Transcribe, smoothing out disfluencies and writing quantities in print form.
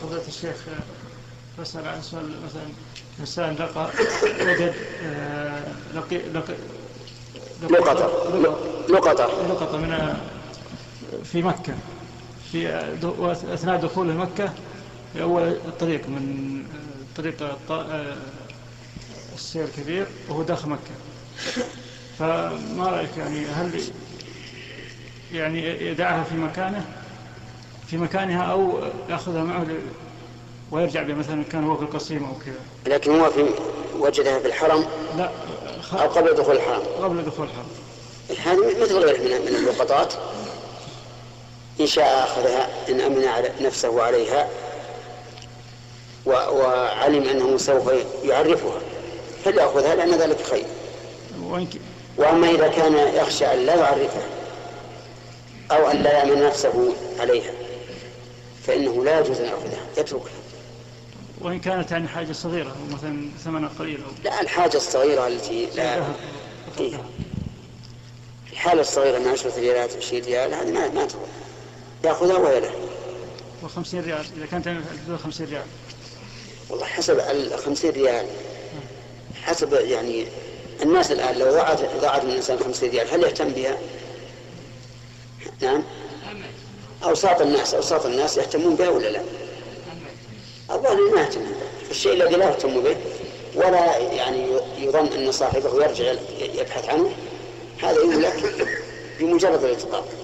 فضيلة الشيخ فاسأل عن سؤال مثلا إنسان لقى وجد لقطة من في مكة أثناء دخول مكة في أول الطريق من طريق السير الكبير وهو داخل مكة. فما رأيك يعني هل يعني يدعها في مكانها أو يأخذها معه ويرجع بها مثلا كان هو في القصيم أو كذا؟ لكن هو وجدها في الحرم؟ لا، أو قبل دخول الحرم؟ قبل دخول الحرم. هذه مثل غيره من اللقطات، إن شاء أخذها إن أمن على نفسه وعليها وعلم أنه سوف يعرفها فليأخذها لأن ذلك خير. وأما إذا كان يخشى أن لا يعرفها أو أن لا يأمن نفسه عليها فإنه لا يجوز أن يأخذها، يتركها. وإن كانت يعني حاجة صغيرة مثلا ثمنها قليل لا، الحاجة الصغيرة التي لا الحالة الصغيرة من 10 ريالات 20 ريال هذه ما تروح، يأخذها وهي له. و50 ريال إذا كانت 50 ريال؟ والله حسب 50 ريال، حسب يعني الناس الآن لو ضاعت من الإنسان 50 ريال هل يهتم بها؟ نعم. أوساط الناس يهتمون بها ولا لا؟ الظاهر ما يهتمون به. الشيء الذي لا يهتم به ولا يعني يظن أن صاحبه يرجع يبحث عنه هذا يملك بمجرد الالتقاط.